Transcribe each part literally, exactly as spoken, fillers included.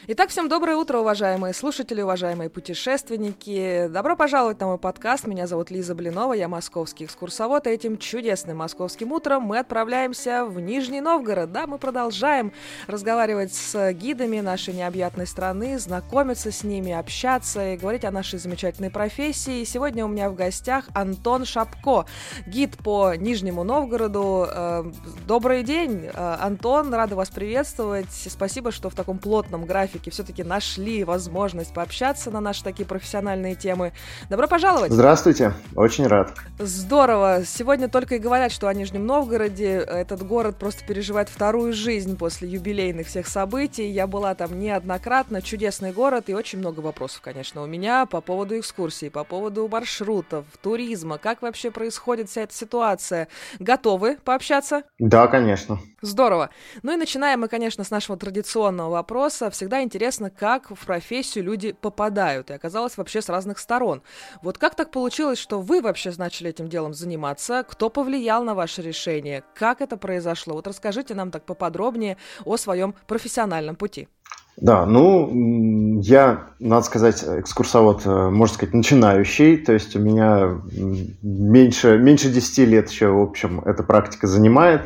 Итак, всем доброе утро, уважаемые слушатели, уважаемые путешественники. Добро пожаловать на мой подкаст. Меня зовут Лиза Блинова, я московский экскурсовод. И этим чудесным московским утром мы отправляемся в Нижний Новгород. Да, мы продолжаем разговаривать с гидами нашей необъятной страны, знакомиться с ними, общаться и говорить о нашей замечательной профессии. И сегодня у меня в гостях Антон Шапко, гид по Нижнему Новгороду. Добрый день, Антон, рада вас приветствовать. Спасибо, что в таком плотном графике все-таки нашли возможность пообщаться на наши такие профессиональные темы. Добро пожаловать! Здравствуйте, очень рад. Здорово! Сегодня только и говорят, что о Нижнем Новгороде. Этот город просто переживает вторую жизнь после юбилейных всех событий. Я была там неоднократно. Чудесный город и очень много вопросов, конечно, у меня по поводу экскурсий, по поводу маршрутов, туризма. Как вообще происходит вся эта ситуация? Готовы пообщаться? Да, конечно. Здорово. Ну и начинаем мы, конечно, с нашего традиционного вопроса. Всегда интересно, как в профессию люди попадают. И оказалось вообще с разных сторон. Вот как так получилось, что вы вообще начали этим делом заниматься? Кто повлиял на ваше решение? Как это произошло? Вот расскажите нам так поподробнее о своем профессиональном пути. Да, ну, я, надо сказать, экскурсовод, можно сказать, начинающий, то есть у меня меньше, меньше десяти лет еще, в общем, эта практика занимает.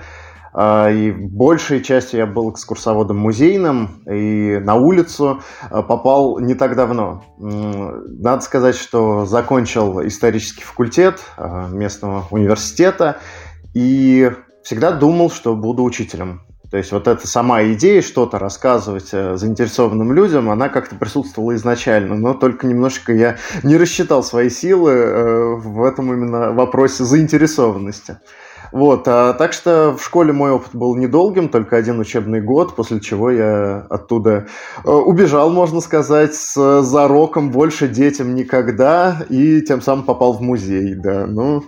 И большей частью я был экскурсоводом музейным и на улицу попал не так давно. Надо сказать, что закончил исторический факультет местного университета и всегда думал, что буду учителем. То есть вот эта сама идея что-то рассказывать заинтересованным людям, она как-то присутствовала изначально, но только немножечко я не рассчитал свои силы в этом именно вопросе заинтересованности. Вот, а, так что в школе мой опыт был недолгим, только один учебный год, после чего я оттуда э, убежал, можно сказать, с зароком «больше детям никогда», и тем самым попал в музей, да. Ну,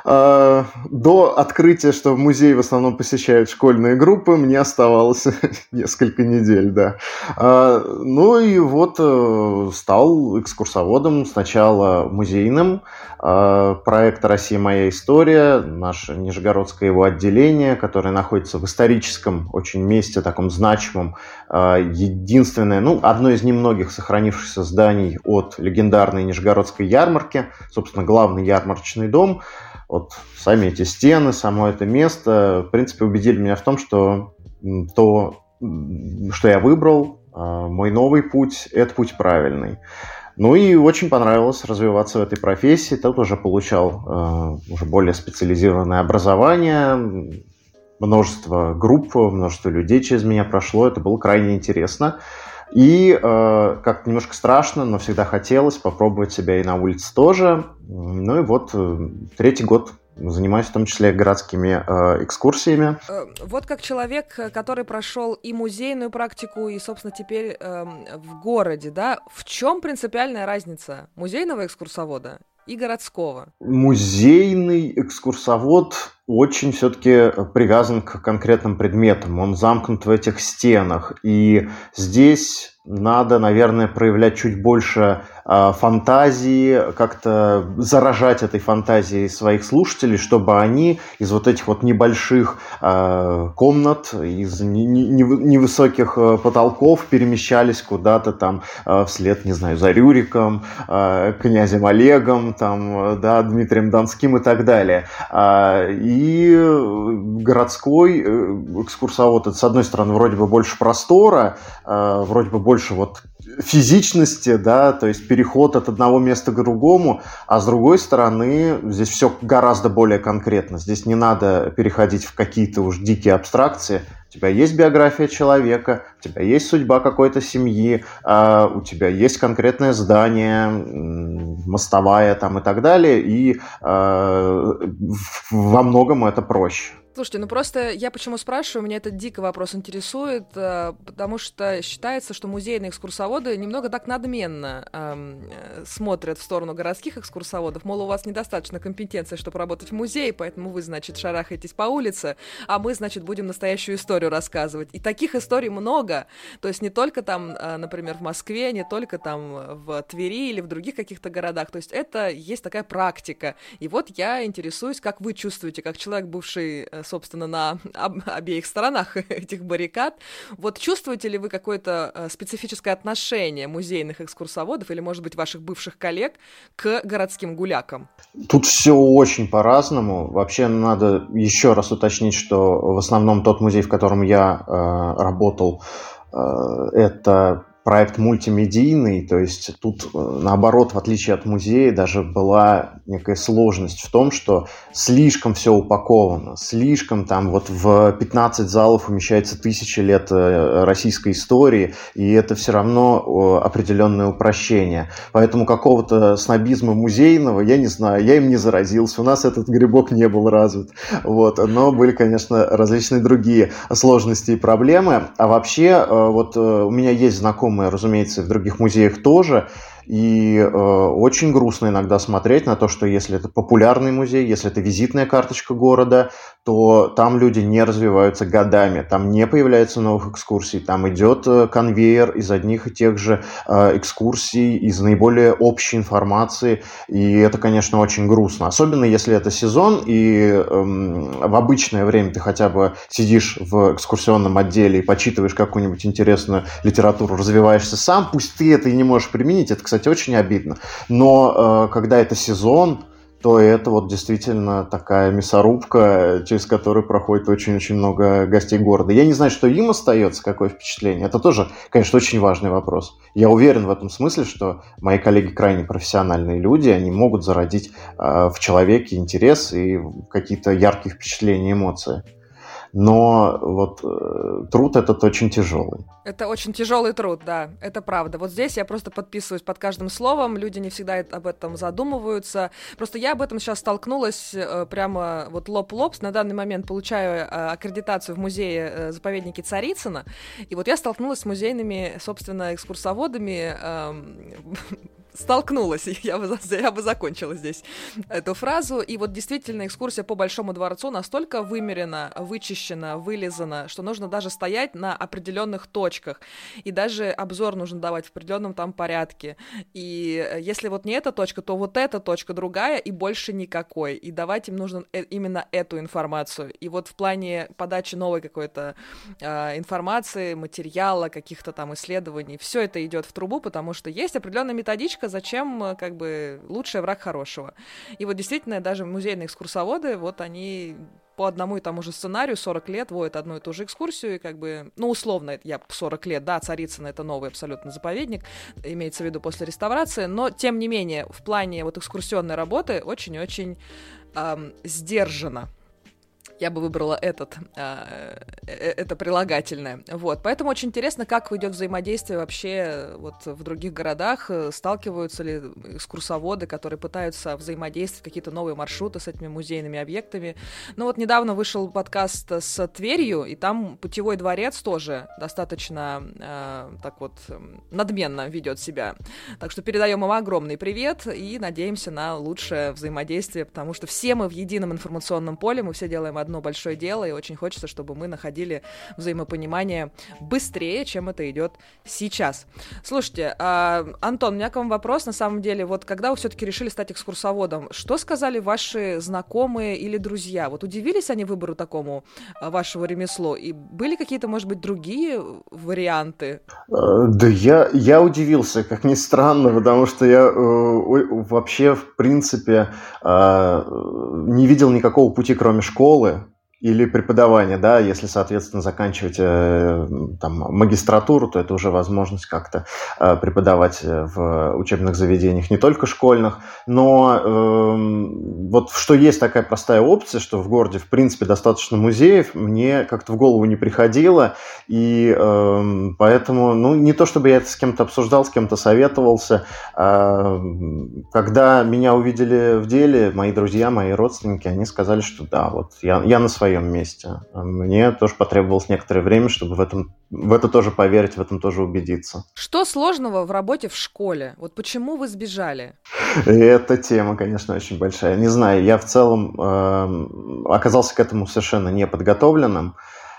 э, до открытия, что в музей в основном посещают школьные группы, мне оставалось несколько недель, да. А, ну и вот э, стал экскурсоводом, сначала музейным, э, проект «Россия. Моя история», наш Нижегородское его отделение, которое находится в историческом очень месте, таком значимом, единственное, ну, одно из немногих сохранившихся зданий от легендарной Нижегородской ярмарки, собственно, главный ярмарочный дом. Вот сами эти стены, само это место, в принципе, убедили меня в том, что то, что я выбрал, мой новый путь, это путь правильный. Ну и очень понравилось развиваться в этой профессии. Тут уже получал э, уже более специализированное образование, множество групп, множество людей через меня прошло. Это было крайне интересно. И э, как-то немножко страшно, но всегда хотелось попробовать себя и на улице тоже. Ну и вот э, третий год занимаюсь в том числе городскими э, экскурсиями. Вот как человек, который прошел и музейную практику, и, собственно, теперь э, в городе, да, в чем принципиальная разница музейного экскурсовода и городского? Музейный экскурсовод очень все-таки привязан к конкретным предметам. Он замкнут в этих стенах. И здесь надо, наверное, проявлять чуть больше э, фантазии, как-то заражать этой фантазией своих слушателей, чтобы они из вот этих вот небольших э, комнат, из невысоких э, потолков перемещались куда-то там э, вслед, не знаю, за Рюриком, э, князем Олегом, там, да, Дмитрием Донским и так далее. Э, и городской экскурсовод, это, с одной стороны, вроде бы больше простора, э, вроде бы больше вот физичности, да, то есть переход от одного места к другому, а с другой стороны, здесь все гораздо более конкретно. Здесь не надо переходить в какие-то уж дикие абстракции. У тебя есть биография человека, у тебя есть судьба какой-то семьи, у тебя есть конкретное здание, мостовая там и так далее, и во многом это проще. Слушайте, ну просто я почему спрашиваю, меня этот дико вопрос интересует, э, потому что считается, что музейные экскурсоводы немного так надменно э, смотрят в сторону городских экскурсоводов, мол, у вас недостаточно компетенции, чтобы работать в музее, поэтому вы, значит, шарахаетесь по улице, а мы, значит, будем настоящую историю рассказывать. И таких историй много, то есть не только там, э, например, в Москве, не только там в Твери или в других каких-то городах, то есть это есть такая практика. И вот я интересуюсь, как вы чувствуете, как человек, бывший собственно, на об- обеих сторонах этих баррикад. Вот чувствуете ли вы какое-то специфическое отношение музейных экскурсоводов или, может быть, ваших бывших коллег к городским гулякам? Тут все очень по-разному. Вообще надо еще раз уточнить, что в основном тот музей, в котором я э, работал, э, это проект мультимедийный, то есть тут, наоборот, в отличие от музея, даже была некая сложность в том, что слишком все упаковано, слишком там вот в пятнадцать залов умещается тысячи лет российской истории, и это все равно определенное упрощение. Поэтому какого-то снобизма музейного, я не знаю, я им не заразился, у нас этот грибок не был развит. Вот. Но были, конечно, различные другие сложности и проблемы. А вообще, вот у меня есть знакомые, разумеется, и в других музеях тоже. И э, очень грустно иногда смотреть на то, что если это популярный музей, если это визитная карточка города, то там люди не развиваются годами, там не появляется новых экскурсий, там идет конвейер из одних и тех же э, экскурсий, из наиболее общей информации, и это, конечно, очень грустно. Особенно если это сезон, и э, в обычное время ты хотя бы сидишь в экскурсионном отделе и почитываешь какую-нибудь интересную литературу, развиваешься сам, пусть ты это и не можешь применить, это, кстати, очень обидно. Но э, когда это сезон, то это вот действительно такая мясорубка, через которую проходит очень-очень много гостей города. Я не знаю, что им остается, какое впечатление. Это тоже, конечно, очень важный вопрос. Я уверен в этом смысле, что мои коллеги крайне профессиональные люди, они могут зародить э, в человеке интерес и какие-то яркие впечатления, эмоции. Но вот э, труд этот очень тяжелый. Это очень тяжелый труд, да, это правда. Вот здесь я просто подписываюсь под каждым словом, люди не всегда об этом задумываются. Просто я об этом сейчас столкнулась э, прямо вот лоб-лоб. На данный момент получаю э, аккредитацию в музее-заповеднике Царицына, и вот я столкнулась с музейными, собственно, экскурсоводами, э, столкнулась, я бы, я бы закончила здесь эту фразу. И вот действительно экскурсия по Большому дворцу настолько вымерена, вычищена, вылизана, что нужно даже стоять на определенных точках. И даже обзор нужно давать в определенном там порядке. И если вот не эта точка, то вот эта точка другая и больше никакой. И давать им нужно именно эту информацию. И вот в плане подачи новой какой-то э, информации, материала, каких-то там исследований, все это идет в трубу, потому что есть определенная методичка, зачем, как бы, лучший враг хорошего. И вот действительно даже музейные экскурсоводы, вот они по одному и тому же сценарию сорок лет водят одну и ту же экскурсию, и как бы, ну, условно, я сорок лет, да, Царицын — это новый абсолютно заповедник, имеется в виду после реставрации, но, тем не менее, в плане вот экскурсионной работы очень-очень эм, сдержанно. Я бы выбрала этот, э, это прилагательное. Вот. Поэтому очень интересно, как идет взаимодействие вообще вот в других городах, сталкиваются ли экскурсоводы, которые пытаются взаимодействовать, какие-то новые маршруты с этими музейными объектами. Ну вот недавно вышел подкаст с Тверью, и там Путевой дворец тоже достаточно э, так вот надменно ведет себя. Так что передаем им огромный привет и надеемся на лучшее взаимодействие, потому что все мы в едином информационном поле, мы все делаем одно одно большое дело, и очень хочется, чтобы мы находили взаимопонимание быстрее, чем это идет сейчас. Слушайте, а, Антон, у меня к вам вопрос, на самом деле, вот когда вы все-таки решили стать экскурсоводом, что сказали ваши знакомые или друзья? Вот удивились они выбору такому а, вашего ремеслу? И были какие-то, может быть, другие варианты? Да я, я удивился, как ни странно, потому что я э, вообще, в принципе, э, не видел никакого пути, кроме школы или преподавания, да, если, соответственно, заканчивать э, там, магистратуру, то это уже возможность как-то э, преподавать в учебных заведениях, не только школьных, но э, вот что есть такая простая опция, что в городе, в принципе, достаточно музеев, мне как-то в голову не приходило, и э, поэтому, ну, не то чтобы я это с кем-то обсуждал, с кем-то советовался, э, когда меня увидели в деле, мои друзья, мои родственники, они сказали, что да, вот я, я на своей месте. Мне тоже потребовалось некоторое время, чтобы в этом, в это тоже поверить, в этом тоже убедиться. Что сложного в работе в школе? Вот почему вы сбежали? Эта тема, конечно, очень большая. Не знаю, я в целом э, оказался к этому совершенно неподготовленным.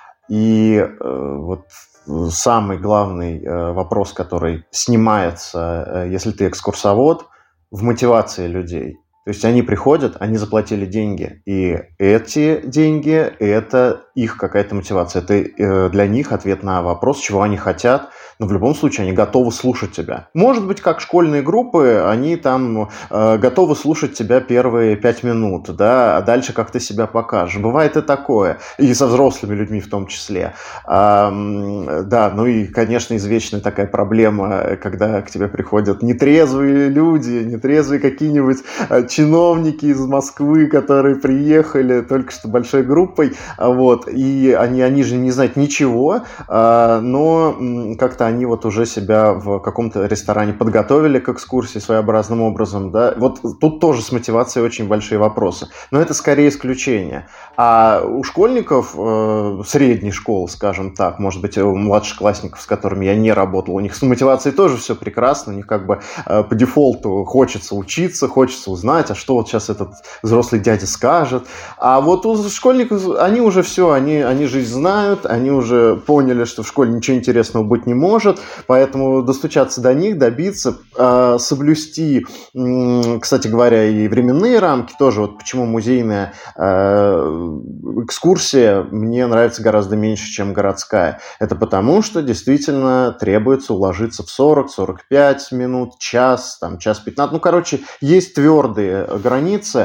И э, вот самый главный э, вопрос, который снимается, э, если ты экскурсовод, в мотивации людей. То есть они приходят, они заплатили деньги, и эти деньги – это их какая-то мотивация. Это для них ответ на вопрос, чего они хотят, но в любом случае они готовы слушать тебя. Может быть, как школьные группы, они там э, готовы слушать тебя первые пять минут, да, а дальше как ты себя покажешь. Бывает и такое, и со взрослыми людьми в том числе. А, да, ну и, конечно, извечная такая проблема, когда к тебе приходят нетрезвые люди, нетрезвые какие-нибудь чиновники из Москвы, которые приехали только что большой группой, вот, и они, они же не знают ничего, но как-то они вот уже себя в каком-то ресторане подготовили к экскурсии своеобразным образом, да, вот тут тоже с мотивацией очень большие вопросы, но это скорее исключение. А у школьников э, средней школы, скажем так, может быть, у младшеклассников, с которыми я не работал, у них с мотивацией тоже все прекрасно, у них как бы э, по дефолту хочется учиться, хочется узнать, а что вот сейчас этот взрослый дядя скажет. А вот у школьников, они уже все, они, они жизнь знают, они уже поняли, что в школе ничего интересного быть не может, поэтому достучаться до них, добиться, э, соблюсти, э, кстати говоря, и временные рамки тоже, вот почему музейная э, экскурсия мне нравится гораздо меньше, чем городская. Это потому, что действительно требуется уложиться в сорок-сорок пять минут, час, там, час пятнадцать. Ну, короче, есть твердые границы.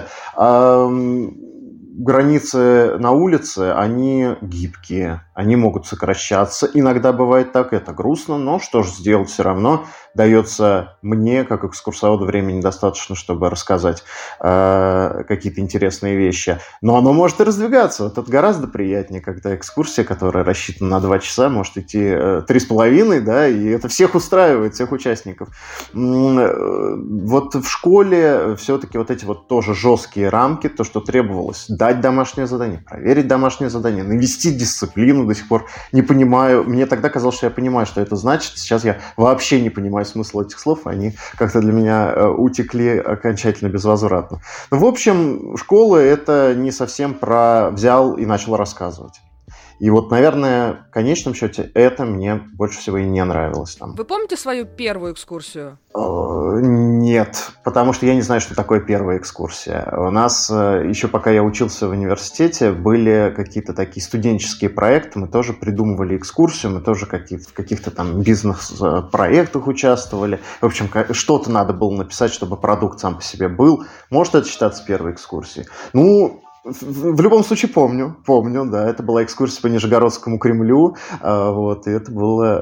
Границы на улице, они гибкие, они могут сокращаться. Иногда бывает так, это грустно, но что же сделать, все равно дается мне, как экскурсоводу, времени достаточно, чтобы рассказать э, какие-то интересные вещи. Но оно может и раздвигаться. Вот это гораздо приятнее, когда экскурсия, которая рассчитана на два часа, может идти э, три с половиной, да, и это всех устраивает, всех участников. Вот в школе все-таки вот эти вот тоже жесткие рамки, то, что требовалось дать домашнее задание, проверить домашнее задание, навести дисциплину, до сих пор не понимаю. Мне тогда казалось, что я понимаю, что это значит. Сейчас я вообще не понимаю смысл этих слов. Они как-то для меня утекли окончательно безвозвратно. Ну, в общем, школа — это не совсем про взял и начал рассказывать. И вот, наверное, в конечном счете это мне больше всего и не нравилось там. Вы помните свою первую экскурсию? Нет, потому что я не знаю, что такое первая экскурсия. У нас еще пока я учился в университете, были какие-то такие студенческие проекты, мы тоже придумывали экскурсию, мы тоже какие-то, в каких-то там бизнес-проектах участвовали. В общем, что-то надо было написать, чтобы продукт сам по себе был. Может это считаться первой экскурсией? Ну, в любом случае помню, помню, да, это была экскурсия по Нижегородскому Кремлю, вот, и это было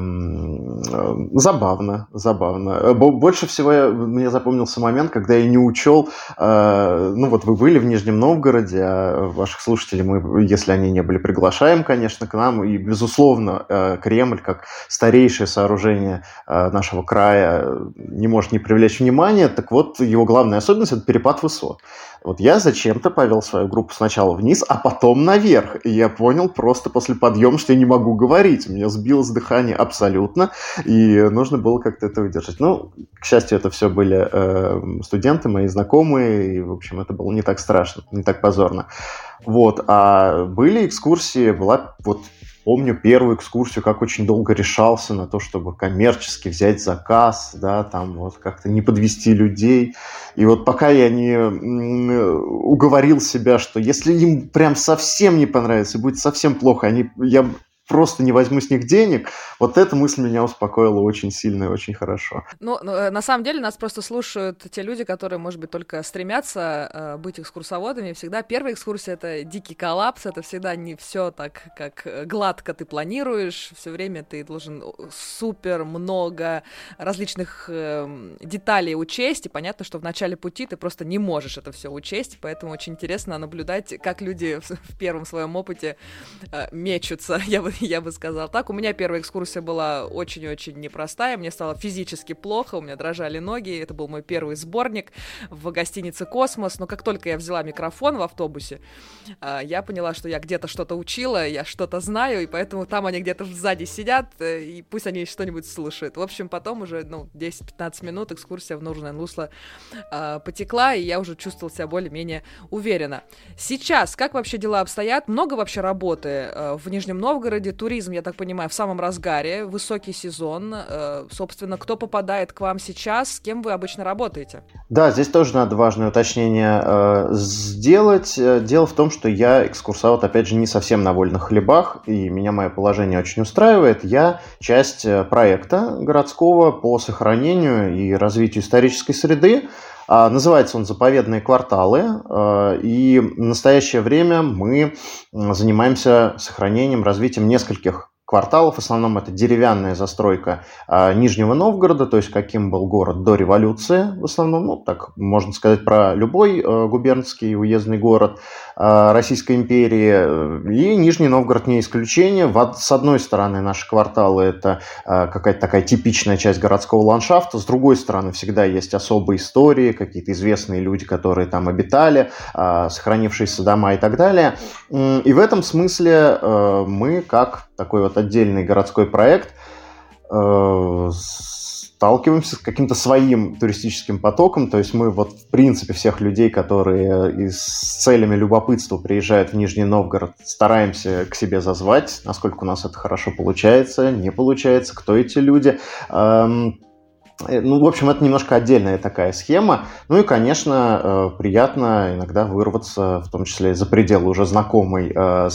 э, забавно, забавно. Больше всего я, мне запомнился момент, когда я не учел, э, ну вот вы были в Нижнем Новгороде, а ваших слушателей мы, если они не были, приглашаем, конечно, к нам, и, безусловно, э, Кремль, как старейшее сооружение э, нашего края, не может не привлечь внимания, так вот, его главная особенность – это перепад высот. Вот я зачем-то повел свою группу сначала вниз, а потом наверх. И я понял просто после подъема, что я не могу говорить. У меня сбилось дыхание абсолютно, и нужно было как-то это выдержать. Ну, к счастью, это все были э, студенты, мои знакомые, и, в общем, это было не так страшно, не так позорно. Вот. А были экскурсии, была вот... Помню первую экскурсию, как очень долго решался на то, чтобы коммерчески взять заказ, да, там вот как-то не подвести людей. И вот пока я не уговорил себя, что если им прям совсем не понравится, будет совсем плохо, они, я просто не возьму с них денег, вот эта мысль меня успокоила очень сильно и очень хорошо. Ну, на самом деле нас просто слушают те люди, которые, может быть, только стремятся э, быть экскурсоводами. Всегда первая экскурсия — это дикий коллапс, это всегда не все так, как гладко ты планируешь, все время ты должен супер много различных э, деталей учесть, и понятно, что в начале пути ты просто не можешь это все учесть, поэтому очень интересно наблюдать, как люди в, в первом своем опыте э, мечутся, я бы я бы сказала так. У меня первая экскурсия была очень-очень непростая, мне стало физически плохо, у меня дрожали ноги, это был мой первый сборник в гостинице «Космос», но как только я взяла микрофон в автобусе, я поняла, что я где-то что-то учила, я что-то знаю, и поэтому там они где-то сзади сидят, и пусть они что-нибудь слушают. В общем, потом уже ну, десять-пятнадцать минут экскурсия в нужное русло потекла, и я уже чувствовала себя более-менее уверенно. Сейчас, как вообще дела обстоят? Много вообще работы в Нижнем Новгороде? Новгороде туризм, я так понимаю, в самом разгаре, высокий сезон. Собственно, кто попадает к вам сейчас, с кем вы обычно работаете? Да, здесь тоже надо важное уточнение сделать. Дело в том, что я экскурсовод, опять же, не совсем на вольных хлебах, и меня мое положение очень устраивает. Я часть проекта городского по сохранению и развитию исторической среды. Называется он «Заповедные кварталы», и в настоящее время мы занимаемся сохранением, развитием нескольких кварталов. В основном это деревянная застройка а, Нижнего Новгорода, то есть каким был город до революции, в основном, ну, так можно сказать про любой а, губернский уездный город а, Российской империи, и Нижний Новгород не исключение. В, с одной стороны, наши кварталы – это а, какая-то такая типичная часть городского ландшафта, с другой стороны, всегда есть особые истории, какие-то известные люди, которые там обитали, а, сохранившиеся дома и так далее. И в этом смысле а, мы, как такой вот отдельный городской проект, э, сталкиваемся с каким-то своим туристическим потоком, то есть мы вот в принципе всех людей, которые с целями любопытства приезжают в Нижний Новгород, стараемся к себе зазвать, насколько у нас это хорошо получается, не получается, кто эти люди. Эм, Ну, в общем, это немножко отдельная такая схема. Ну и, конечно, приятно иногда вырваться, в том числе за пределы уже знакомой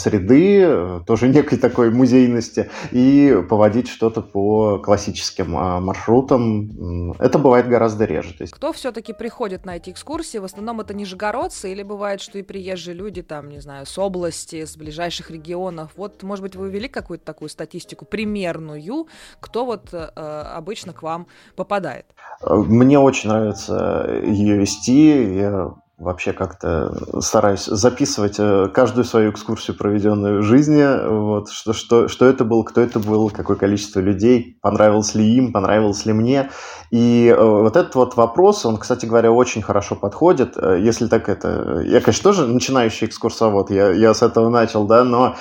среды, тоже некой такой музейности, и поводить что-то по классическим маршрутам. Это бывает гораздо реже. То есть... Кто все-таки приходит на эти экскурсии? В основном это нижегородцы или бывает, что и приезжие люди, там, не знаю, с области, с ближайших регионов? Вот, может быть, вы ввели какую-то такую статистику примерную, кто вот обычно к вам попадает? Попадает. Мне очень нравится ее вести. Я вообще как-то стараюсь записывать каждую свою экскурсию, проведенную в жизни. Вот, что, что, что это было, кто это был, какое количество людей, понравилось ли им, понравилось ли мне. И вот этот вот вопрос, он, кстати говоря, очень хорошо подходит. Если так это... Я, конечно, тоже начинающий экскурсовод, я, я с этого начал, да, но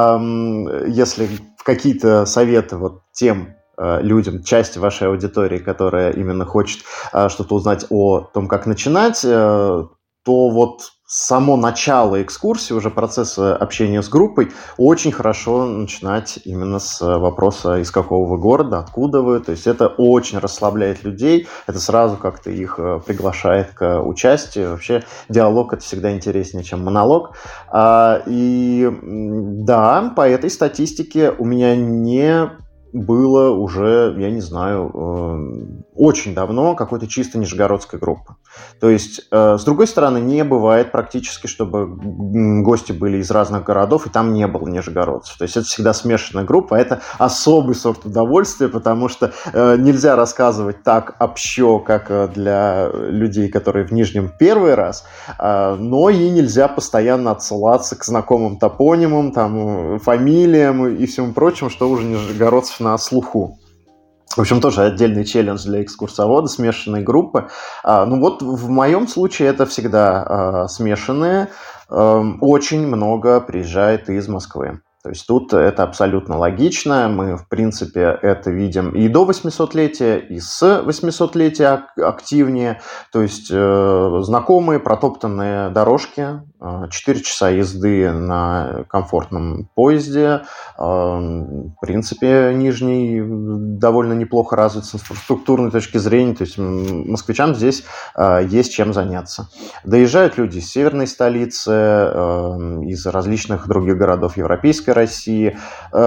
эм, если в какие-то советы вот тем, людям, части вашей аудитории, которая именно хочет а, что-то узнать о том, как начинать, а, то вот само начало экскурсии, уже процесса общения с группой, очень хорошо начинать именно с вопроса, из какого вы города, откуда вы. То есть это очень расслабляет людей, это сразу как-то их приглашает к участию. Вообще диалог — это всегда интереснее, чем монолог. А, и да, по этой статистике у меня не было уже, я не знаю, очень давно какой-то чисто нижегородской группы. То есть, с другой стороны, не бывает практически, чтобы гости были из разных городов, и там не было нижегородцев. То есть это всегда смешанная группа, это особый сорт удовольствия, потому что нельзя рассказывать так общо, как для людей, которые в Нижнем первый раз, но и нельзя постоянно отсылаться к знакомым топонимам, там, фамилиям и всему прочему, что уже нижегородцев на слуху. В общем, тоже отдельный челлендж для экскурсовода, смешанные группы. А, ну вот в моем случае это всегда а, смешанные. А, очень много приезжает из Москвы. То есть тут это абсолютно логично. Мы, в принципе, это видим и до восьмисотлетия, и с восьмисотлетия активнее. То есть э, знакомые протоптанные дорожки, четыре часа езды на комфортном поезде. Э, в принципе, Нижний довольно неплохо развит с инфраструктурной точки зрения. То есть москвичам здесь э, есть чем заняться. Доезжают люди из северной столицы, э, из различных других городов Европейской России.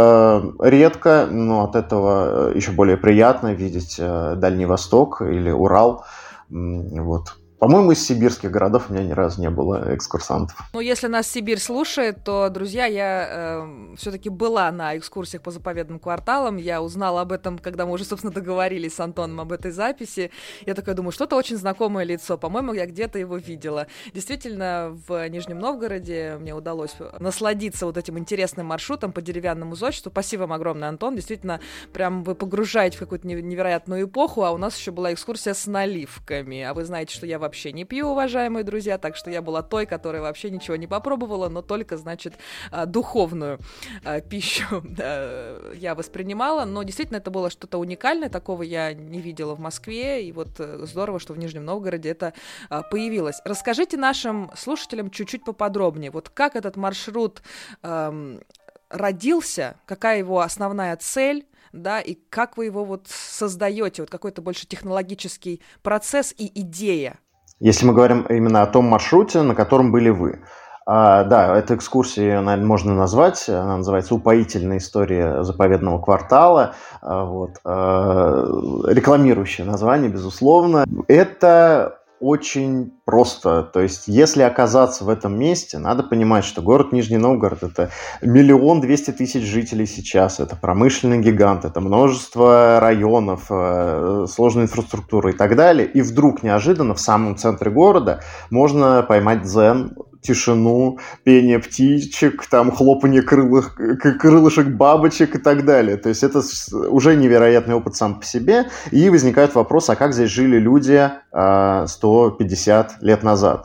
Редко, но от этого еще более приятно видеть Дальний Восток или Урал. Вот. По-моему, из сибирских городов у меня ни разу не было экскурсантов. Ну, если нас Сибирь слушает, то, друзья, я э, все-таки была на экскурсиях по заповедным кварталам. Я узнала об этом, когда мы уже, собственно, договорились с Антоном об этой записи. Я такая думаю, что-то очень знакомое лицо. По-моему, я где-то его видела. Действительно, в Нижнем Новгороде мне удалось насладиться вот этим интересным маршрутом по деревянному зодчеству. Спасибо вам огромное, Антон. Действительно, прям вы погружаете в какую-то невероятную эпоху, а у нас еще была экскурсия с наливками. А вы знаете, что я вообще не пью, уважаемые друзья, так что я была той, которая вообще ничего не попробовала, но только, значит, духовную пищу я воспринимала, но действительно это было что-то уникальное, такого я не видела в Москве, и вот здорово, что в Нижнем Новгороде это появилось. Расскажите нашим слушателям чуть-чуть поподробнее, вот как этот маршрут эм, родился, какая его основная цель, да, и как вы его вот создаете, вот какой-то больше технологический процесс и идея? Если мы говорим именно о том маршруте, на котором были вы. А, да, эту экскурсию, наверное, можно назвать. Она называется «Упоительная история заповедного квартала». А, вот, а, рекламирующее название, безусловно. Это очень просто. То есть, если оказаться в этом месте, надо понимать, что город Нижний Новгород – это миллион двести тысяч жителей сейчас, это промышленный гигант, это множество районов, сложная инфраструктура и так далее. И вдруг неожиданно в самом центре города можно поймать дзен, тишину, пение птичек, там хлопанье крылых, крылышек бабочек и так далее. То есть это уже невероятный опыт сам по себе. И возникает вопрос, а как здесь жили люди сто пятьдесят лет назад?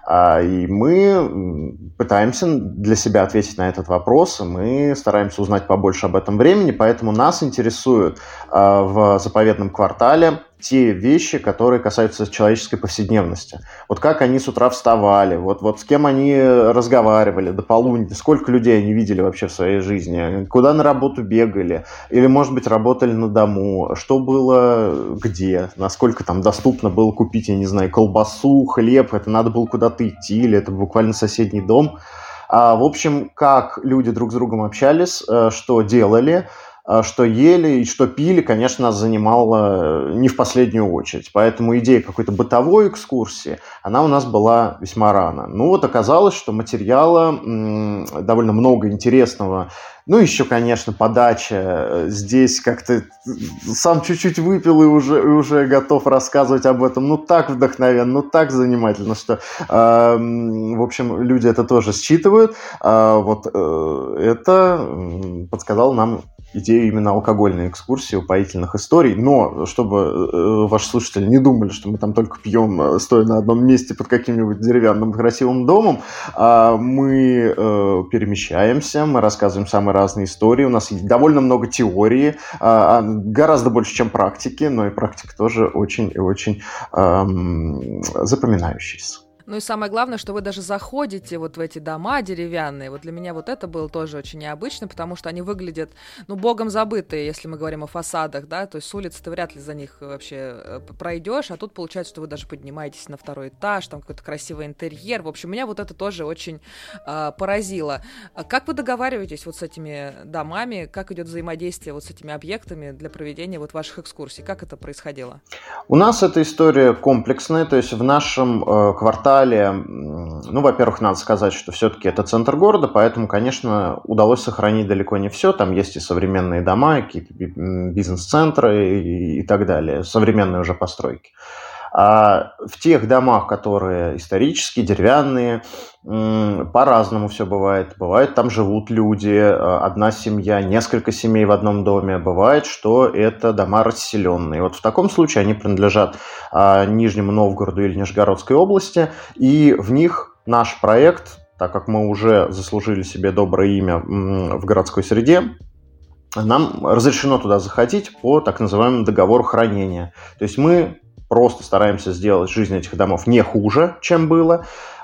И мы пытаемся для себя ответить на этот вопрос, мы стараемся узнать побольше об этом времени, поэтому нас интересуют в заповедном квартале те вещи, которые касаются человеческой повседневности. Вот как они с утра вставали, вот, вот с кем они разговаривали до полудня, сколько людей они видели вообще в своей жизни, куда на работу бегали, или, может быть, работали на дому, что было где, насколько там доступно было купить, я не знаю, колбасу, хлеб, это надо было куда-то идти, или это буквально соседний дом. А, в общем, как люди друг с другом общались, что делали, что ели и что пили, конечно, нас занимало не в последнюю очередь. Поэтому идея какой-то бытовой экскурсии, она у нас была весьма рано. Ну вот оказалось, что материала м, довольно много интересного. Ну еще, конечно, подача. Здесь как-то сам чуть-чуть выпил и уже, и уже готов рассказывать об этом. Ну так вдохновенно, ну так занимательно, что, э, в общем, люди это тоже считывают. А вот э, это подсказало нам идею именно алкогольной экскурсии, упоительных историй. Но, чтобы э, ваши слушатели не думали, что мы там только пьем, стоя на одном месте под каким-нибудь деревянным красивым домом, э, мы э, перемещаемся, мы рассказываем самые разные истории. У нас довольно много теории, э, гораздо больше, чем практики, но и практика тоже очень и очень э, запоминающаяся. Ну и самое главное, что вы даже заходите вот в эти дома деревянные. Вот для меня вот это было тоже очень необычно, потому что они выглядят, ну, богом забытые, если мы говорим о фасадах, да, то есть с улицы ты вряд ли за них вообще пройдешь, а тут получается, что вы даже поднимаетесь на второй этаж, там какой-то красивый интерьер. В общем, меня вот это тоже очень э, поразило. Как вы договариваетесь вот с этими домами, как идет взаимодействие вот с этими объектами для проведения вот ваших экскурсий? Как это происходило? У нас эта история комплексная, то есть в нашем э, квартале, ну, во-первых, надо сказать, что все-таки это центр города, поэтому, конечно, удалось сохранить далеко не все. Там есть и современные дома, какие-то бизнес-центры и, и так далее, современные уже постройки. А в тех домах, которые исторические, деревянные, по-разному все бывает. Бывает, там живут люди, одна семья, несколько семей в одном доме. Бывает, что это дома расселенные. Вот в таком случае они принадлежат Нижнему Новгороду или Нижегородской области, и в них наш проект, так как мы уже заслужили себе доброе имя в городской среде, нам разрешено туда заходить по так называемому договору хранения. То есть мы просто стараемся сделать жизнь этих домов не хуже, чем было,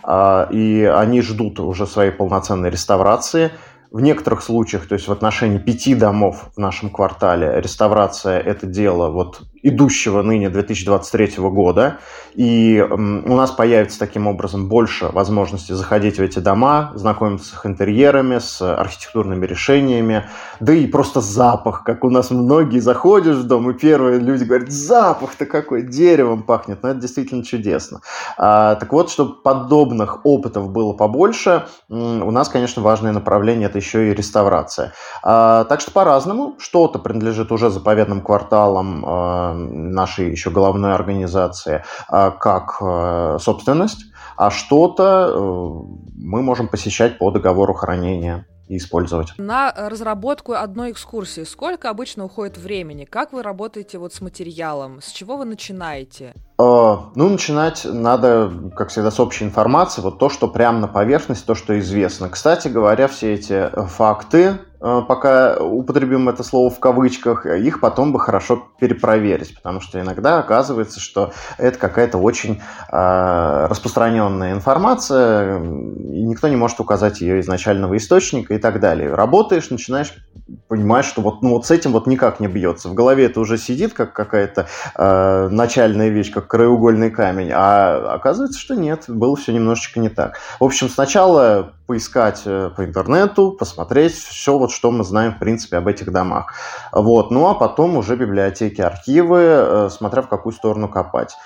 и они ждут уже своей полноценной реставрации. В некоторых случаях, то есть в отношении пяти домов в нашем квартале, реставрация – это дело вот идущего ныне две тысячи двадцать третьего года, и у нас появится таким образом больше возможностей заходить в эти дома, знакомиться с их интерьерами, с архитектурными решениями, да и просто запах, как у нас многие заходишь в дом, и первые люди говорят: запах-то какой, деревом пахнет, ну это действительно чудесно. А, так вот, чтобы подобных опытов было побольше, у нас, конечно, важное направление – это еще и реставрация. А, так что по-разному, что-то принадлежит уже заповедным кварталам а, нашей еще головной организации а, как а, собственность, а что-то а, мы можем посещать по договору хранения и использовать. На разработку одной экскурсии сколько обычно уходит времени? Как вы работаете вот с материалом? С чего вы начинаете? Uh, ну, начинать надо, как всегда, с общей информации, вот то, что прямо на поверхности, то, что известно. Кстати говоря, все эти факты пока употребим это слово в кавычках, их потом бы хорошо перепроверить, потому что иногда оказывается, что это какая-то очень э, распространенная информация, и никто не может указать ее изначального источника и так далее. Работаешь, начинаешь понимать, что вот, ну, вот с этим вот никак не бьется. В голове это уже сидит, как какая-то э, начальная вещь, как краеугольный камень, а оказывается, что нет, было все немножечко не так. В общем, сначала поискать по интернету, посмотреть все, вот, что мы знаем, в принципе, об этих домах. Вот. Ну, а потом уже библиотеки, архивы, смотря в какую сторону копать.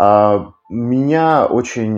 Меня очень...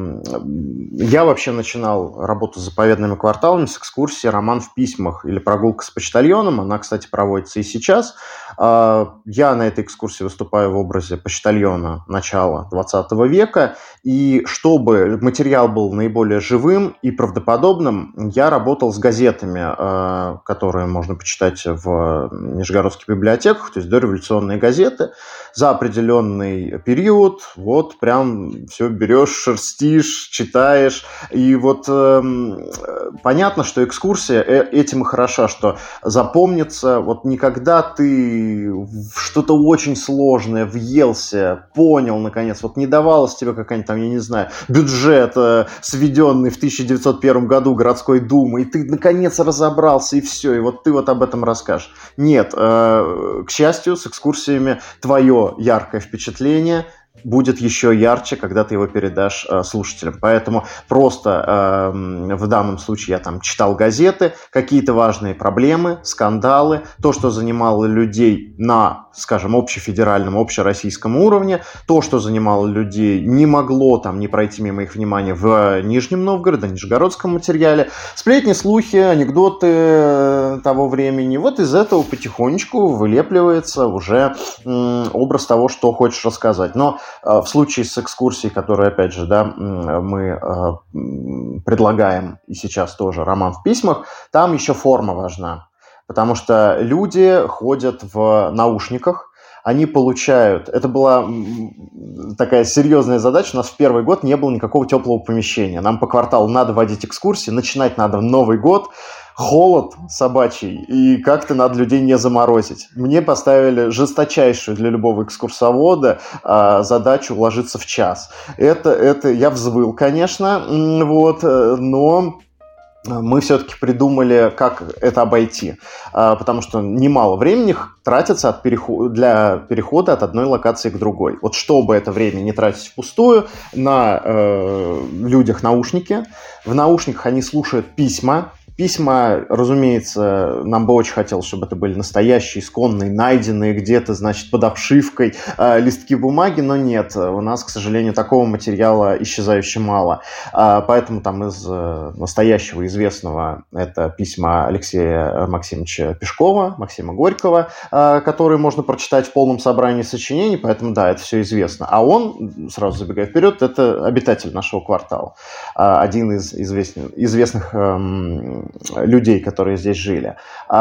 Я вообще начинал работу с заповедными кварталами, с экскурсии «Роман в письмах» или «Прогулка с почтальоном». Она, кстати, проводится и сейчас. Я на этой экскурсии выступаю в образе почтальона начала двадцатого века. И чтобы материал был наиболее живым и правдоподобным, я работал с газетами, которые можно почитать в нижегородских библиотеках, то есть дореволюционные газеты, за определенный период. Вот прям все берешь, шерстишь, читаешь. И вот э, понятно, что экскурсия этим и хороша, что запомнится. Вот никогда ты в что-то очень сложное въелся, понял, наконец, вот не давалось тебе какая-нибудь там, я не знаю, бюджет, э, сведенный в тысяча девятьсот первом году городской думы, и ты наконец разобрался, и все, и вот ты вот об этом расскажешь. Нет, э, к счастью, с экскурсиями твое яркое впечатление будет еще ярче, когда ты его передашь э, слушателям. Поэтому просто э, в данном случае я там читал газеты, какие-то важные проблемы, скандалы, то, что занимало людей на, скажем, общефедеральном, общероссийском уровне, то, что занимало людей, не могло там не пройти мимо их внимания в Нижнем Новгороде, нижегородском материале. Сплетни, слухи, анекдоты того времени. Вот из этого потихонечку вылепливается уже э, образ того, что хочешь рассказать. Но в случае с экскурсией, которую, опять же, да, мы предлагаем и сейчас тоже «Роман в письмах», там еще форма важна, потому что люди ходят в наушниках, они получают... Это была такая серьезная задача. У нас в первый год не было никакого теплого помещения. Нам по кварталу надо водить экскурсии, начинать надо в Новый год, холод собачий, и как-то надо людей не заморозить. Мне поставили жесточайшую для любого экскурсовода а, задачу уложиться в час. Это, это я взвыл, конечно, вот, но... мы все-таки придумали, как это обойти, потому что немало времени тратится от переход... для перехода от одной локации к другой. Вот чтобы это время не тратить впустую, на э, людях наушники, в наушниках они слушают письма. Письма, разумеется, нам бы очень хотелось, чтобы это были настоящие, исконные, найденные где-то, значит, под обшивкой э, листки бумаги, но нет, у нас, к сожалению, такого материала исчезающе мало. Э, поэтому там из э, настоящего известного это письма Алексея Максимовича Пешкова, Максима Горького, э, которые можно прочитать в полном собрании сочинений, поэтому да, это все известно. А он, сразу забегая вперед, это обитатель нашего квартала, э, один из известных, известных э, людей, которые здесь жили.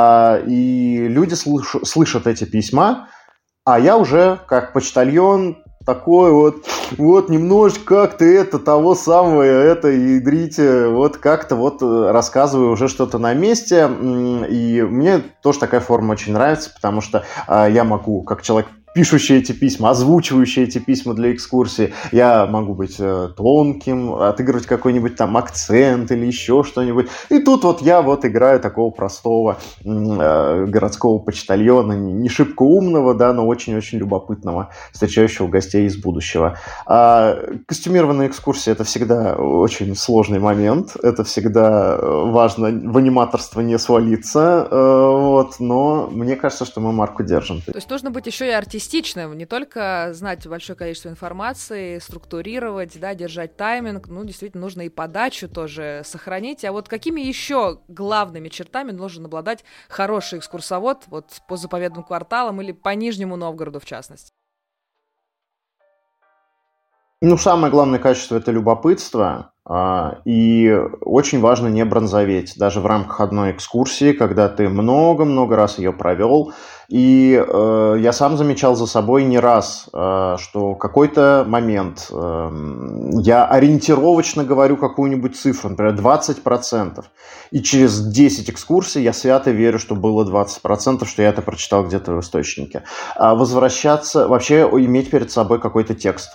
И люди слыш- слышат эти письма, а я уже, как почтальон, такой вот, вот немножечко как-то это, того самого, это, ядрите, вот как-то вот рассказываю уже что-то на месте. И мне тоже такая форма очень нравится, потому что я могу, как человек, пишущий эти письма, озвучивающий эти письма для экскурсии, я могу быть э, тонким, отыгрывать какой-нибудь там акцент или еще что-нибудь. И тут вот я вот играю такого простого э, городского почтальона, не шибко умного, да, но очень-очень любопытного, встречающего гостей из будущего. А костюмированная экскурсия — это всегда очень сложный момент, это всегда важно в аниматорство не свалиться, э, вот, но мне кажется, что мы марку держим. То есть нужно быть еще и артистичным, не только знать большое количество информации, структурировать, да, держать тайминг, ну, действительно, нужно и подачу тоже сохранить. А вот какими еще главными чертами должен обладать хороший экскурсовод вот по заповедным кварталам или по Нижнему Новгороду, в частности? Ну, самое главное качество – это любопытство. И очень важно не бронзоветь, даже в рамках одной экскурсии, когда ты много-много раз ее провел. И э, я сам замечал за собой не раз, э, что какой-то момент э, я ориентировочно говорю какую-нибудь цифру, например, двадцать процентов. И через десять экскурсий я свято верю, что было двадцать процентов, что я это прочитал где-то в источнике. А возвращаться, вообще иметь перед собой какой-то текст.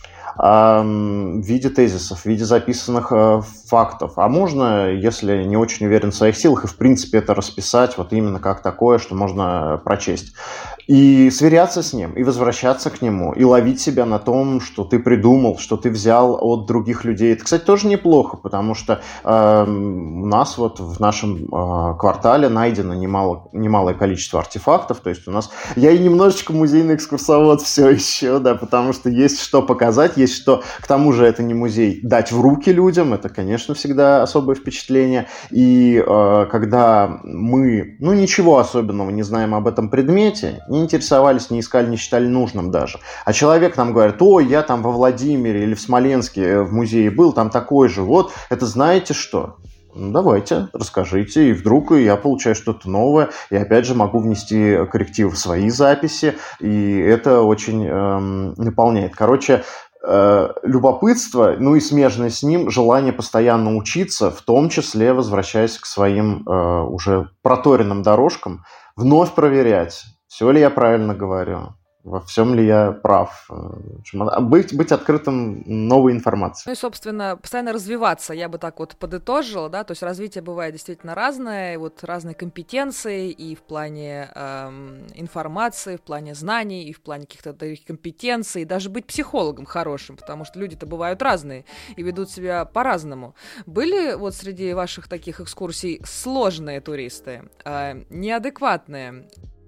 В виде тезисов, в виде записанных э, фактов. А можно, если не очень уверен в своих силах, и в принципе это расписать вот именно как такое, что можно прочесть. И сверяться с ним, и возвращаться к нему, и ловить себя на том, что ты придумал, что ты взял от других людей. Это, кстати, тоже неплохо, потому что э, у нас вот в нашем э, квартале найдено немало, немалое количество артефактов. То есть у нас... Я и немножечко музейный экскурсовод все еще, да, потому что есть что показать, есть что... К тому же это не музей. Дать в руки людям, это, конечно, всегда особое впечатление. И э, когда мы, ну, ничего особенного не знаем об этом предмете, не интересовались, не искали, не считали нужным даже. А человек нам говорит: ой, я там во Владимире или в Смоленске в музее был, там такой же, вот, это знаете что? Ну, давайте, расскажите, и вдруг я получаю что-то новое, и опять же могу внести коррективы в свои записи, и это очень эм, наполняет. Короче, э, любопытство, ну и смежное с ним желание постоянно учиться, в том числе возвращаясь к своим э, уже проторенным дорожкам, вновь проверять, все ли я правильно говорю, во всем ли я прав. В общем, быть, быть открытым новой информации. Ну и, собственно, постоянно развиваться, я бы так вот подытожила, да, то есть развитие бывает действительно разное, вот разные компетенции и в плане эм, информации, в плане знаний, и в плане каких-то таких компетенций, и даже быть психологом хорошим, потому что люди-то бывают разные и ведут себя по-разному. Были вот среди ваших таких экскурсий сложные туристы, э, неадекватные?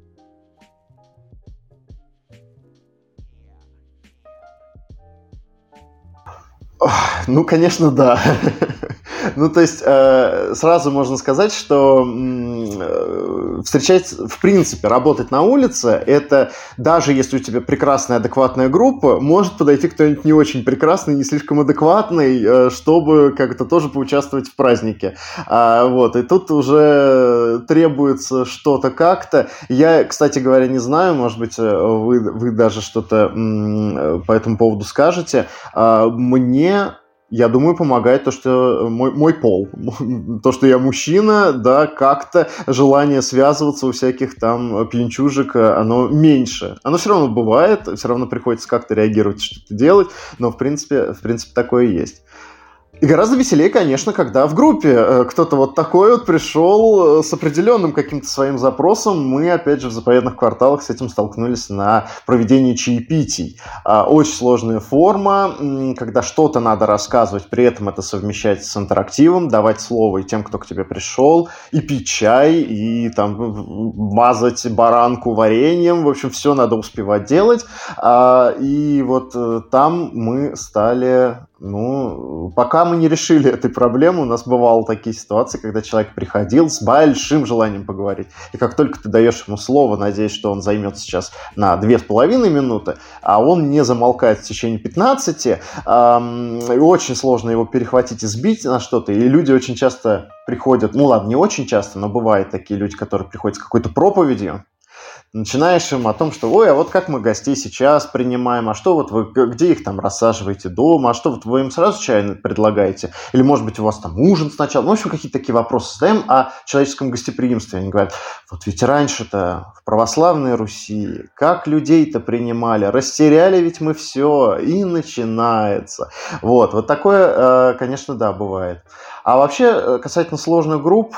Ну, конечно, да. Ну, то есть, э, сразу можно сказать, что э, встречать, в принципе, работать на улице, это даже если у тебя прекрасная, адекватная группа, может подойти кто-нибудь не очень прекрасный, не слишком адекватный, э, чтобы как-то тоже поучаствовать в празднике. А, вот, и тут уже требуется что-то как-то. Я, кстати говоря, не знаю, может быть, вы, вы даже что-то м, по этому поводу скажете. А, мне Я думаю, помогает то, что мой, мой пол, то, что я мужчина, да, как-то желание связываться у всяких там пьянчужек, оно меньше. Оно все равно бывает, все равно приходится как-то реагировать, что-то делать, но в принципе, в принципе такое есть. И гораздо веселее, конечно, когда в группе кто-то вот такой вот пришел с определенным каким-то своим запросом. Мы, опять же, в заповедных кварталах с этим столкнулись на проведении чаепитий. Очень сложная форма, когда что-то надо рассказывать, при этом это совмещать с интерактивом, давать слово и тем, кто к тебе пришел, и пить чай, и там мазать баранку вареньем. В общем, все надо успевать делать. И вот там мы стали... Ну, пока мы не решили этой проблемы, у нас бывало такие ситуации, когда человек приходил с большим желанием поговорить. И как только ты даешь ему слово, надеясь, что он займет сейчас на две с половиной минуты, а он не замолкает в течение пятнадцати, эм, очень сложно его перехватить и сбить на что-то. И люди очень часто приходят, ну ладно, не очень часто, но бывают такие люди, которые приходят с какой-то проповедью. Начинаешь им о том, что ой, а вот как мы гостей сейчас принимаем, а что вот вы, где их там рассаживаете дома, а что вот вы им сразу чай предлагаете, или может быть у вас там ужин сначала, ну в общем какие-то такие вопросы задаем о человеческом гостеприимстве. Они говорят, вот ведь раньше-то в православной Руси как людей-то принимали, растеряли ведь мы все, и начинается. Вот, вот такое, конечно, да, бывает. А вообще, касательно сложных групп,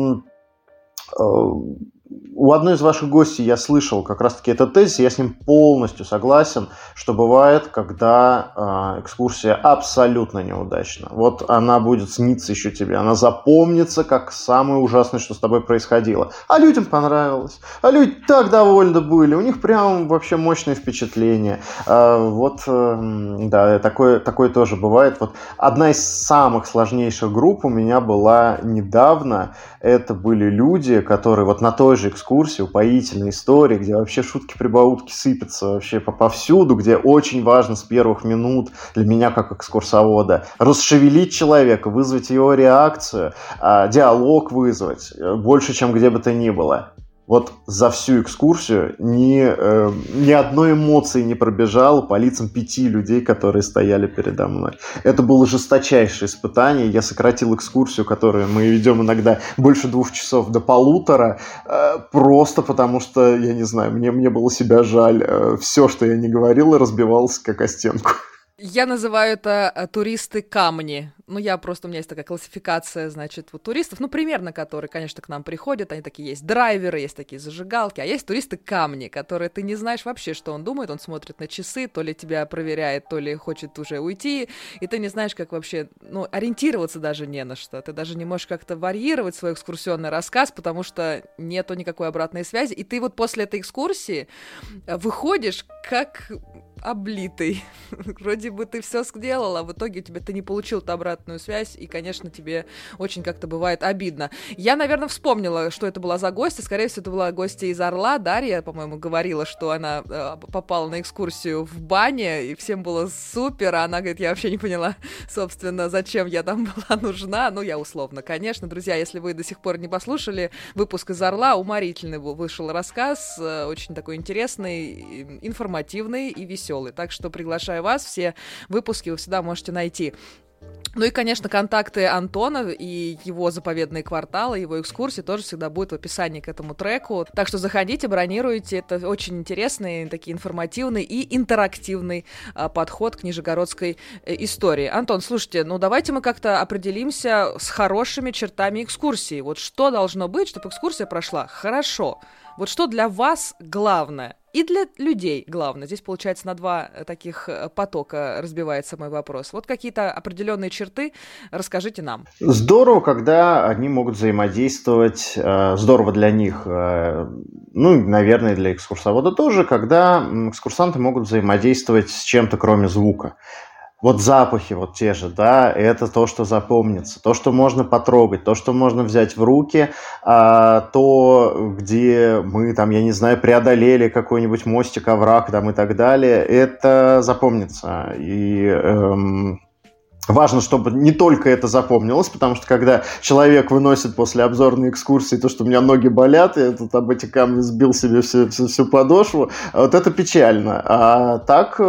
у одной из ваших гостей я слышал как раз-таки этот тезис, я с ним полностью согласен, что бывает, когда э, экскурсия абсолютно неудачна. Вот она будет сниться еще тебе, она запомнится как самое ужасное, что с тобой происходило. А людям понравилось, а люди так довольны были, у них прям вообще мощное впечатление. Э, вот, э, да, такое, такое тоже бывает. Вот одна из самых сложнейших групп у меня была недавно. Это были люди, которые вот на той же экскурсии, упоительной истории, где вообще шутки-прибаутки сыпятся вообще повсюду, где очень важно с первых минут для меня как экскурсовода расшевелить человека, вызвать его реакцию, диалог вызвать, больше, чем где бы то ни было. Вот за всю экскурсию ни, э, ни одной эмоции не пробежало по лицам пяти людей, которые стояли передо мной. Это было жесточайшее испытание. Я сократил экскурсию, которую мы ведем иногда больше двух часов до полутора, э, просто потому что, я не знаю, мне, мне было себя жаль. Э, все, что я не говорил, разбивалось как о стенку. Я называю это туристы-камни. Ну, я просто, у меня есть такая классификация, значит, вот туристов, ну, примерно, которые, конечно, к нам приходят, они такие есть драйверы, есть такие зажигалки, а есть туристы-камни, которые ты не знаешь вообще, что он думает, он смотрит на часы, то ли тебя проверяет, то ли хочет уже уйти, и ты не знаешь, как вообще, ну, ориентироваться даже не на что, ты даже не можешь как-то варьировать свой экскурсионный рассказ, потому что нету никакой обратной связи, и ты вот после этой экскурсии выходишь как облитый. Вроде бы ты все сделал, а в итоге тебе ты не получил ту обратную связь, и, конечно, тебе очень как-то бывает обидно. Я, наверное, вспомнила, что это была за гостья. Скорее всего, это была гостья из Орла. Дарья, по-моему, говорила, что она э, попала на экскурсию в бане, и всем было супер, а она говорит, я вообще не поняла, собственно, зачем я там была нужна. Ну, я условно, конечно. Друзья, если вы до сих пор не послушали выпуск из Орла, уморительный вышел рассказ, э, очень такой интересный, информативный и веселый. Так что приглашаю вас, все выпуски вы всегда можете найти. Ну и, конечно, контакты Антона и его заповедные кварталы, его экскурсии тоже всегда будут в описании к этому треку. Так что заходите, бронируйте. Это очень интересный, такой информативный и интерактивный а, подход к нижегородской э, истории. Антон, слушайте, ну давайте мы как-то определимся с хорошими чертами экскурсии. Вот что должно быть, чтобы экскурсия прошла хорошо? Вот что для вас главное? И для людей главное. Здесь, получается, на два таких потока разбивается мой вопрос. Вот какие-то определенные черты расскажите нам. Здорово, когда они могут взаимодействовать. Здорово для них, ну, наверное, для экскурсовода тоже, когда экскурсанты могут взаимодействовать с чем-то, кроме звука. Вот запахи вот те же, да, это то, что запомнится, то, что можно потрогать, то, что можно взять в руки, а, то, где мы там, я не знаю, преодолели какой-нибудь мостик, овраг там и так далее, это запомнится. И эм, важно, чтобы не только это запомнилось, потому что когда человек выносит после обзорной экскурсии то, что у меня ноги болят, я тут об эти камни сбил себе всю, всю, всю подошву, вот это печально. А так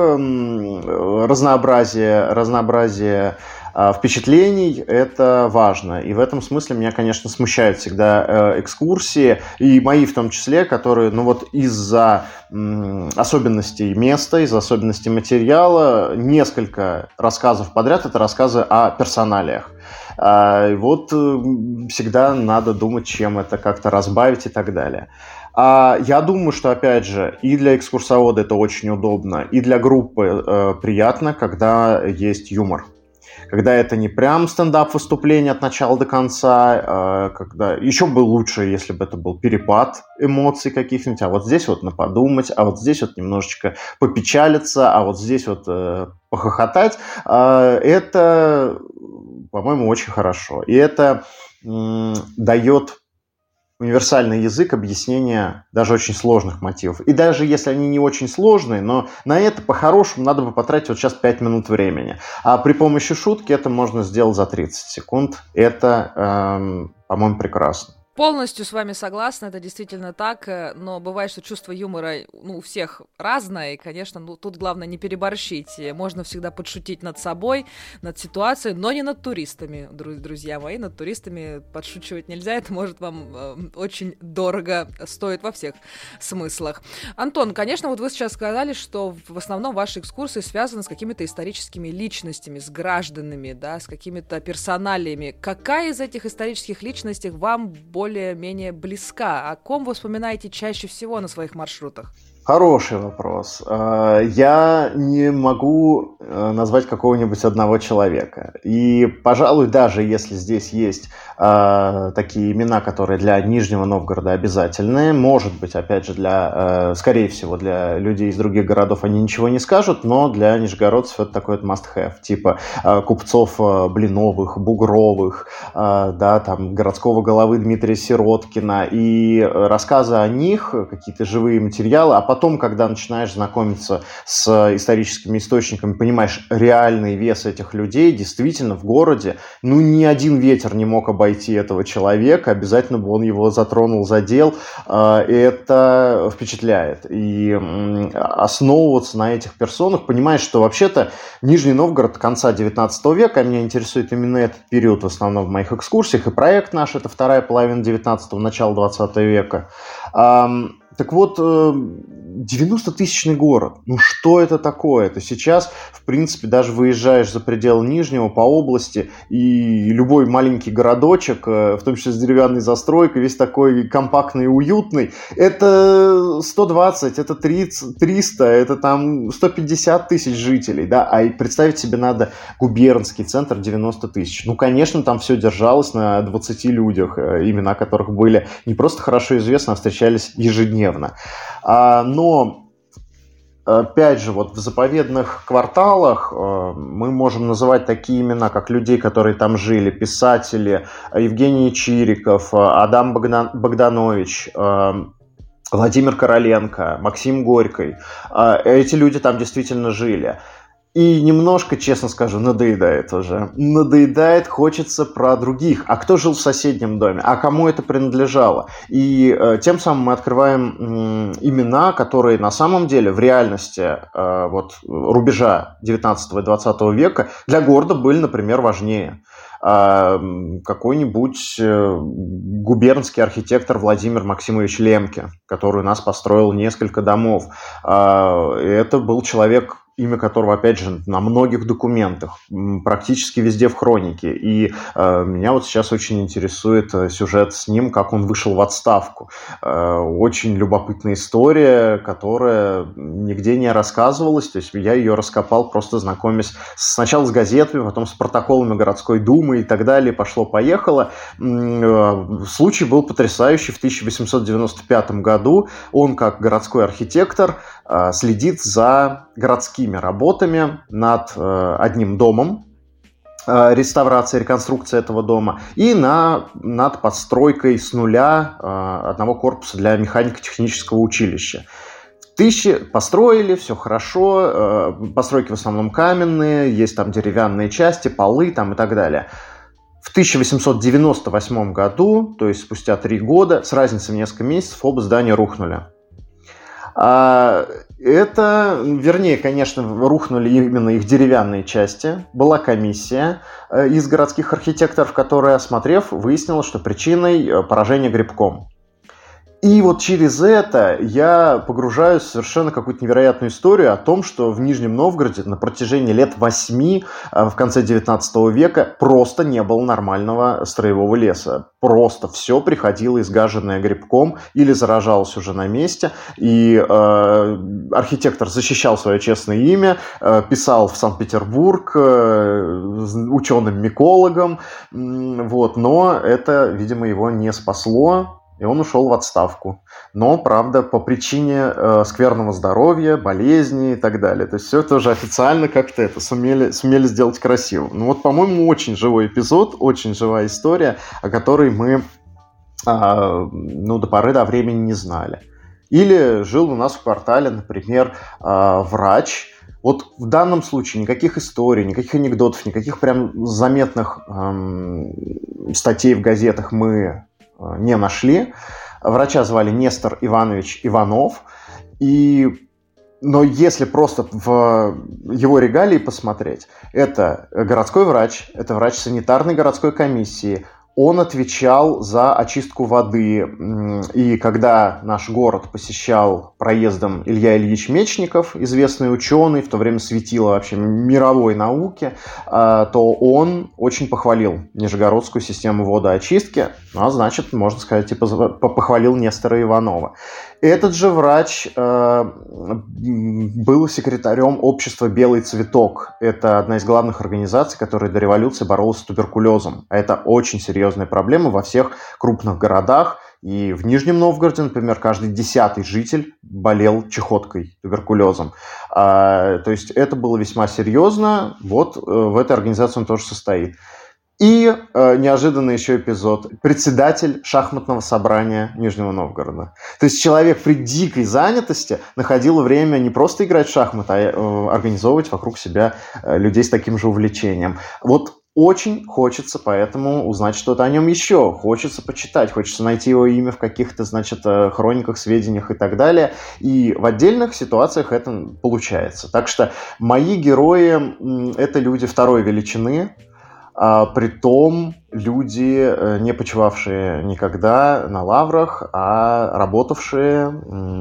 разнообразие, разнообразие впечатлений – это важно. И в этом смысле меня, конечно, смущают всегда экскурсии, и мои в том числе, которые, ну вот из-за особенностей места, из-за особенностей материала, несколько рассказов подряд – это рассказы о персоналиях. И вот всегда надо думать, чем это как-то разбавить и так далее. Я думаю, что, опять же, и для экскурсовода это очень удобно, и для группы приятно, когда есть юмор. Когда это не прям стендап-выступление от начала до конца, когда еще бы лучше, если бы это был перепад эмоций каких-нибудь, а вот здесь вот на подумать, а вот здесь вот немножечко попечалиться, а вот здесь вот похохотать, это, по-моему, очень хорошо. И это дает универсальный язык объяснения даже очень сложных мотивов. И даже если они не очень сложные, но на это по-хорошему надо бы потратить вот сейчас пять минут времени. А при помощи шутки это можно сделать за тридцать секунд. Это, эм, по-моему, прекрасно. Полностью с вами согласна, это действительно так, но бывает, что чувство юмора, ну, у всех разное, и, конечно, ну, тут главное не переборщить. Можно всегда подшутить над собой, над ситуацией, но не над туристами, друзья мои. Над туристами подшучивать нельзя, это может вам э, очень дорого стоить во всех смыслах. Антон, конечно, вот вы сейчас сказали, что в основном ваши экскурсии связаны с какими-то историческими личностями, с гражданами, да, с какими-то персоналиями. Какая из этих исторических личностей вам более более-менее близка? О ком вы вспоминаете чаще всего на своих маршрутах? Хороший вопрос. Я не могу назвать какого-нибудь одного человека. И, пожалуй, даже если здесь есть такие имена, которые для Нижнего Новгорода обязательные, может быть, опять же, для, скорее всего, для людей из других городов они ничего не скажут, но для нижегородцев это такой must-have, типа купцов Блиновых, Бугровых, да, там, городского головы Дмитрия Сироткина, и рассказы о них, какие-то живые материалы, а потом, когда начинаешь знакомиться с историческими источниками, понимаешь реальный вес этих людей, действительно в городе, ну, ни один ветер не мог обойти этого человека, обязательно бы он его затронул, задел, это впечатляет. И основываться на этих персонах, понимаешь, что вообще-то Нижний Новгород конца девятнадцатого века, меня интересует именно этот период в основном в моих экскурсиях, и проект наш, это вторая половина девятнадцатого, начало двадцатого века. Так вот, девяностотысячный город, ну что это такое? Ты сейчас, в принципе, даже выезжаешь за пределы Нижнего по области, и любой маленький городочек, в том числе с деревянной застройкой, весь такой компактный и уютный, это сто двадцать, это тридцать, триста, это там сто пятьдесят тысяч жителей, да, а и представить себе надо губернский центр девяносто тысяч. Ну, конечно, там все держалось на двадцати людях, имена которых были не просто хорошо известны, а встречались ежедневно. Но, опять же, вот в заповедных кварталах мы можем называть такие имена, как людей, которые там жили, писатели, Евгений Чириков, Адам Богдан, Богданович, Владимир Короленко, Максим Горький. Эти люди там действительно жили. И немножко, честно скажу, надоедает уже. Надоедает, хочется про других. А кто жил в соседнем доме? А кому это принадлежало? И э, тем самым мы открываем э, имена, которые на самом деле в реальности э, вот, рубежа девятнадцатого и двадцатого века для города были, например, важнее. Какой-нибудь губернский архитектор Владимир Максимович Лемке, который у нас построил несколько домов. Это был человек, имя которого, опять же, на многих документах, практически везде в хронике. И э, меня вот сейчас очень интересует сюжет с ним, как он вышел в отставку. Э, очень любопытная история, которая нигде не рассказывалась. То есть я ее раскопал, просто знакомясь сначала с газетами, потом с протоколами городской думы и так далее. Пошло-поехало. Э, случай был потрясающий. В тысяча восемьсот девяносто пятом году он, как городской архитектор, э, следит за городскими работами над э, одним домом, э, реставрация, реконструкция этого дома, и на, над постройкой с нуля э, одного корпуса для механико-технического училища. Тысячи построили, все хорошо, э, постройки в основном каменные, есть там деревянные части, полы там и так далее. В тысяча восемьсот девяносто восьмом году, то есть спустя три года, с разницей в несколько месяцев, оба здания рухнули. Это, вернее, конечно, рухнули именно их деревянные части. Была комиссия из городских архитекторов, которая, осмотрев, выяснила, что причиной поражение грибком. И вот через это я погружаюсь в совершенно какую-то невероятную историю о том, что в Нижнем Новгороде на протяжении лет восьми в конце девятнадцатого века просто не было нормального строевого леса. Просто все приходило изгаженное грибком или заражалось уже на месте. И э, архитектор защищал свое честное имя, э, писал в Санкт-Петербург э, ученым-микологам, э, вот, но это, видимо, его не спасло. И он ушел в отставку. Но, правда, по причине э, скверного здоровья, болезней и так далее. То есть все это уже официально как-то это сумели, сумели сделать красиво. Ну вот, по-моему, очень живой эпизод, очень живая история, о которой мы э, ну, до поры до времени не знали. Или жил у нас в квартале, например, э, врач. Вот в данном случае никаких историй, никаких анекдотов, никаких прям заметных э, статей в газетах мы не нашли. Врача звали Нестор Иванович Иванов. И... Но если просто в его регалии посмотреть, это городской врач, это врач санитарной городской комиссии. Он отвечал за очистку воды. И когда наш город посещал проездом Илья Ильич Мечников, известный ученый, в то время светило вообще мировой науки, то он очень похвалил нижегородскую систему водоочистки. Ну, а значит, можно сказать, типа, похвалил Нестора Иванова. Этот же врач э, был секретарем общества «Белый цветок». Это одна из главных организаций, которая до революции боролась с туберкулезом. А это очень серьезная проблема во всех крупных городах. И в Нижнем Новгороде, например, каждый десятый житель болел чехоткой, туберкулезом. А, то есть это было весьма серьезно. Вот э, в этой организации он тоже состоит. И э, неожиданный еще эпизод. Председатель шахматного собрания Нижнего Новгорода. То есть человек при дикой занятости находил время не просто играть в шахматы, а э, организовывать вокруг себя э, людей с таким же увлечением. Вот очень хочется поэтому узнать что-то о нем еще. Хочется почитать, хочется найти его имя в каких-то, значит, хрониках, сведениях и так далее. И в отдельных ситуациях это получается. Так что мои герои – это люди второй величины, а притом люди, не почивавшие никогда на лаврах, а работавшие,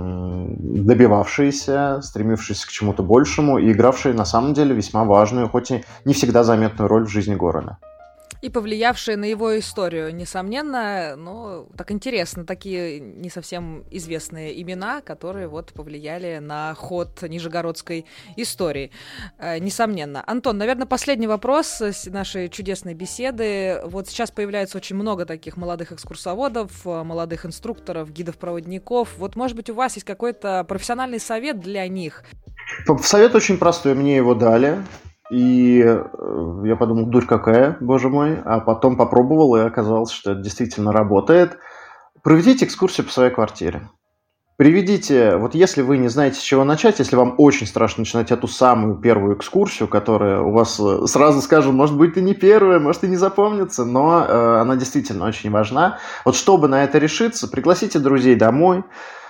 добивавшиеся, стремившиеся к чему-то большему и игравшие на самом деле весьма важную, хоть и не всегда заметную роль в жизни города. И повлиявшие на его историю, несомненно, но так интересно, такие не совсем известные имена, которые вот повлияли на ход нижегородской истории, э, несомненно. Антон, наверное, последний вопрос нашей чудесной беседы. Вот сейчас появляется очень много таких молодых экскурсоводов, молодых инструкторов, гидов-проводников. Вот, может быть, у вас есть какой-то профессиональный совет для них? Совет очень простой, мне его дали. И я подумал, дурь какая, боже мой. А потом попробовал, и оказалось, что это действительно работает. Проведите экскурсию по своей квартире. Приведите, вот если вы не знаете, с чего начать, если вам очень страшно начинать эту самую первую экскурсию, которая у вас, сразу скажем, может быть, и не первая, может, и не запомнится, но э, она действительно очень важна. Вот чтобы на это решиться, пригласите друзей домой,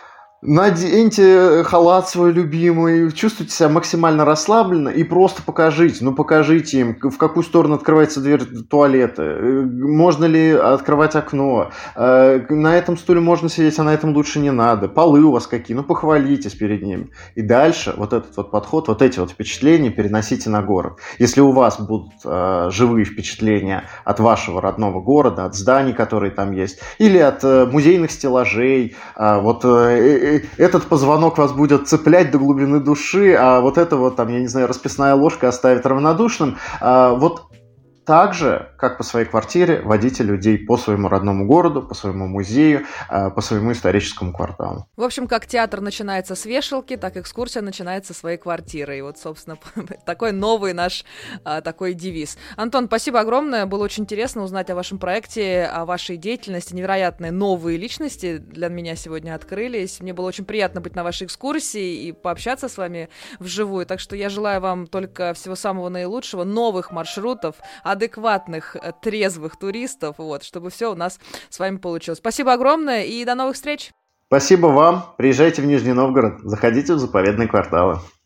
наденьте халат свой любимый, чувствуйте себя максимально расслабленно и просто покажите, ну покажите им, в какую сторону открывается дверь туалета, можно ли открывать окно, на этом стуле можно сидеть, а на этом лучше не надо, полы у вас какие, ну похвалитесь перед ними. И дальше вот этот вот подход, вот эти вот впечатления переносите на город. Если у вас будут э, живые впечатления от вашего родного города, от зданий, которые там есть, или от э, музейных стеллажей, э, вот э, этот позвонок вас будет цеплять до глубины души, а вот это вот, там, я не знаю, расписная ложка оставит равнодушным. А вот так же, как по своей квартире, водите людей по своему родному городу, по своему музею, по своему историческому кварталу. В общем, как театр начинается с вешалки, так экскурсия начинается со своей квартиры. И вот, собственно, такой новый наш а, такой девиз. Антон, спасибо огромное. Было очень интересно узнать о вашем проекте, о вашей деятельности. Невероятные новые личности для меня сегодня открылись. Мне было очень приятно быть на вашей экскурсии и пообщаться с вами вживую. Так что я желаю вам только всего самого наилучшего, новых маршрутов, адекватных, трезвых туристов, вот, чтобы все у нас с вами получилось. Спасибо огромное и до новых встреч! Спасибо вам. Приезжайте в Нижний Новгород, заходите в заповедные кварталы.